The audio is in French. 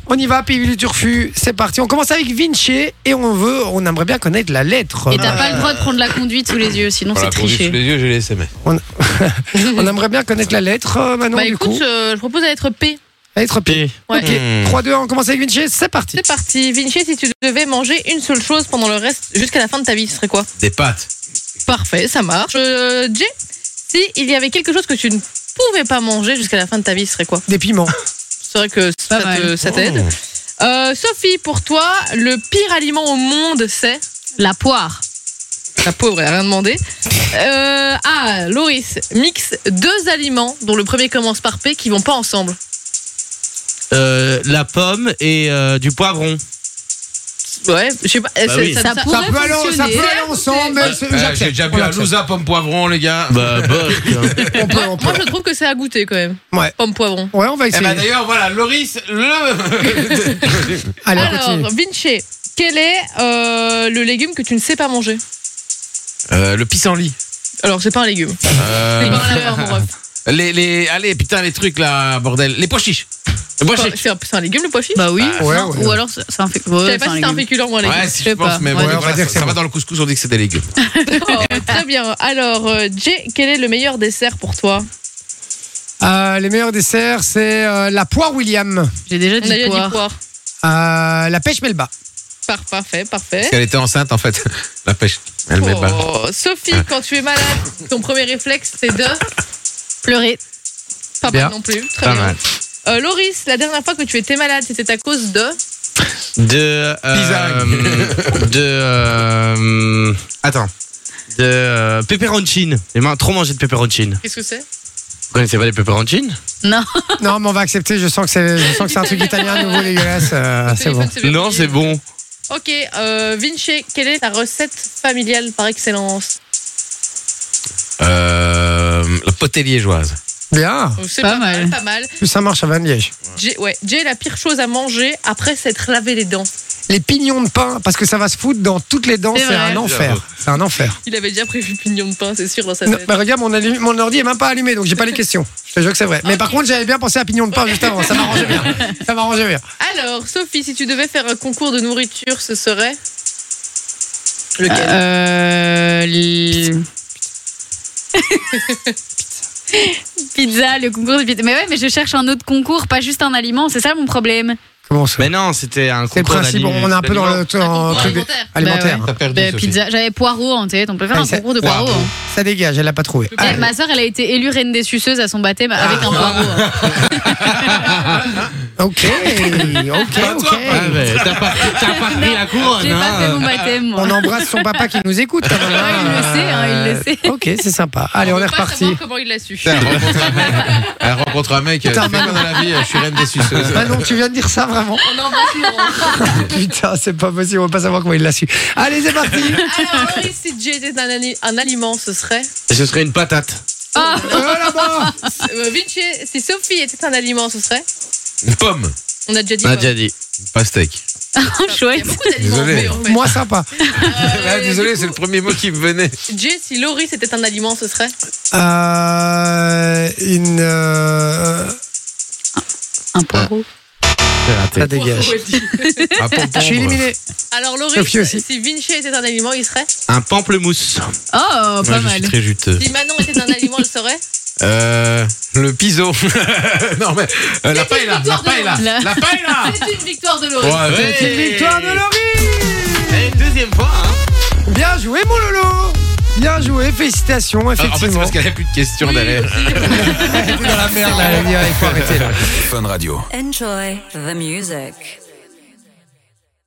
On y va, Pays du Turfu, c'est parti. On commence avec Vinci et on aimerait bien connaître la lettre. Et t'as pas le droit de prendre la conduite sous les yeux, sinon Voilà, c'est conduite tricher. sous les yeux, j'ai les SMS. On aimerait bien connaître la lettre, Manon, Bah du écoute, coup. je propose la lettre P. La lettre P. Ouais. Ok, 3, 2, 1, on commence avec Vinci, c'est parti. C'est parti. Vinci, si tu devais manger une seule chose pendant le reste, jusqu'à la fin de ta vie, ce serait quoi? Des pâtes. Parfait, ça marche. Jay, si il y avait quelque chose que tu ne pouvais pas manger jusqu'à la fin de ta vie, ce serait quoi? Des piments. C'est vrai que Pas mal. ça t'aide. Sophie, pour toi, le pire aliment au monde, c'est La poire. la pauvre, elle a rien demandé. Loris, mixe 2 aliments dont le premier commence par P qui vont pas ensemble. La pomme et du poivron. Ouais, je sais pas. oui. Ça pourrait Ça peut aller fonctionner. ensemble, mais J'ai j'accepte. déjà On bu un l'accepte. louza pomme poivron, les gars. Bah, bof. On peut, on peut. Moi, je trouve que c'est à goûter quand même. Ouais. Pomme poivron. Ouais, on va Eh essayer. ben d'ailleurs, voilà, Loris, Allez, on Alors, continue. Vinci, quel est le légume que tu ne sais pas manger? le pissenlit. Alors, c'est pas un légume. C'est pas un lapin, mon ref. Allez, putain, les trucs là, bordel. Les pois chiches. Les pois chiches. C'est un légume, le pois chiche? Bah oui. Ouais, Non, ouais. Ou alors c'est un fait. Je Ouais, savais pas c'est si un c'était un légume. féculent ou un légume. Ouais, si sais je pense, pas. mais Ouais, bon, on va dire que c'est ça va bon. dans le couscous, on dit que c'est des légumes. Oh, très bien. Alors, Jay, quel est le meilleur dessert pour toi? Les meilleurs desserts, c'est la poire William, J'ai déjà On a dit déjà dit poire. poire. la pêche Melba. Parfait. Parce qu'elle était enceinte, en fait. La pêche. Elle met pas. Oh, Sophie, quand tu es malade, ton premier réflexe, c'est de... Pleurer. Pas Bien. mal non plus. Très Pas bien. mal. Loris, la dernière fois que tu étais malade, c'était à cause de... Attends. De pepperoncini. J'ai trop mangé de pepperoncini. Qu'est-ce que c'est? Vous connaissez pas les pepperoncini? Non. Non, mais on va accepter. Je sens que c'est un truc italien nouveau dégueulasse. C'est bon. Non, c'est bon. Ok, Vinci, quelle est ta recette familiale par excellence? La potée liégeoise. Bien. Oh, c'est Pas pas mal. mal. Pas mal. Plus ça marche à Van Liège. Jay, la pire chose à manger après s'être lavé les dents. Les pignons de pain, parce que ça va se foutre dans toutes les dents. C'est C'est vrai. un enfer. C'est un enfer. Il avait déjà prévu pignon de pain, c'est sûr, dans sa Non, tête. mais regarde, mon ordi est même pas allumé, donc j'ai pas les questions. Je te jure que c'est vrai. Mais par contre, j'avais bien pensé à pignon de pain juste avant. Ça m'arrangeait bien. Ça m'arrangeait bien. Alors, Sophie, si tu devais faire un concours de nourriture, ce serait lequel? Pizza, le concours de pizza. Mais ouais, mais je cherche un autre concours, pas juste un aliment. C'est ça mon problème. Comment ça? Mais non, c'était un C'est le concours principe. On est un peu dans le concours truc alimentaire. alimentaire. Bah T'as perdu, Bah, Sophie. pizza. J'avais poireau en tête. On peut faire Ah, un ça- concours de poireau. hein. Ça dégage, elle l'a pas trouvé. Et Allez. ma soeur, elle a été élue reine des suceuses à son baptême avec un poireau. hein. Ok. Ah, mais t'as pas pris la couronne, J'ai pas fait mon baptême, moi. On embrasse son papa qui nous écoute quand même. Ouais, il le sait, hein, il le sait. Ok, c'est sympa. Allez, on est peut pas reparti. savoir comment il l'a su. Putain, Elle rencontre un mec. Putain, Tu fais quoi dans la vie? Je suis reine des suceuses. Manon, tu viens de dire ça vraiment? On embrasse Laurent. Putain, c'est pas possible, on va pas savoir comment il l'a su. Allez, c'est parti. Alors, Loris, si Jay était un aliment, ce serait Ce serait une patate. Là-bas. Vinci, si Sophie était un aliment, ce serait Une pomme. On a déjà dit On a quoi? déjà dit. Une pastèque. Il y a Chouette. beaucoup d'aliments Désolé. en fait. Moi, sympa. Ah, désolé, c'est le premier mot qui me venait. Jay, si Loris était un aliment, ce serait Une. Un poireau. Ça dégage. Un pompon. Je suis éliminé. Alors Loris, Sophie aussi. si Vinci était un aliment, il serait Un pamplemousse. Oh, Moi, pas je mal. suis très juteux. Si Manon était un aliment, elle serait Le piso. Non mais la paella, la paella, La- la paella. C'est une victoire de Loris. Ouais, C'est une victoire de Laurie. Et deuxième fois, hein. Bien joué, mon Lolo. Bien joué, félicitations, En fait, c'est effectivement. parce qu'elle avait plus de questions derrière. Elle était dans la merde, là. Elle a dit, il faut arrêter, là. Enjoy the music.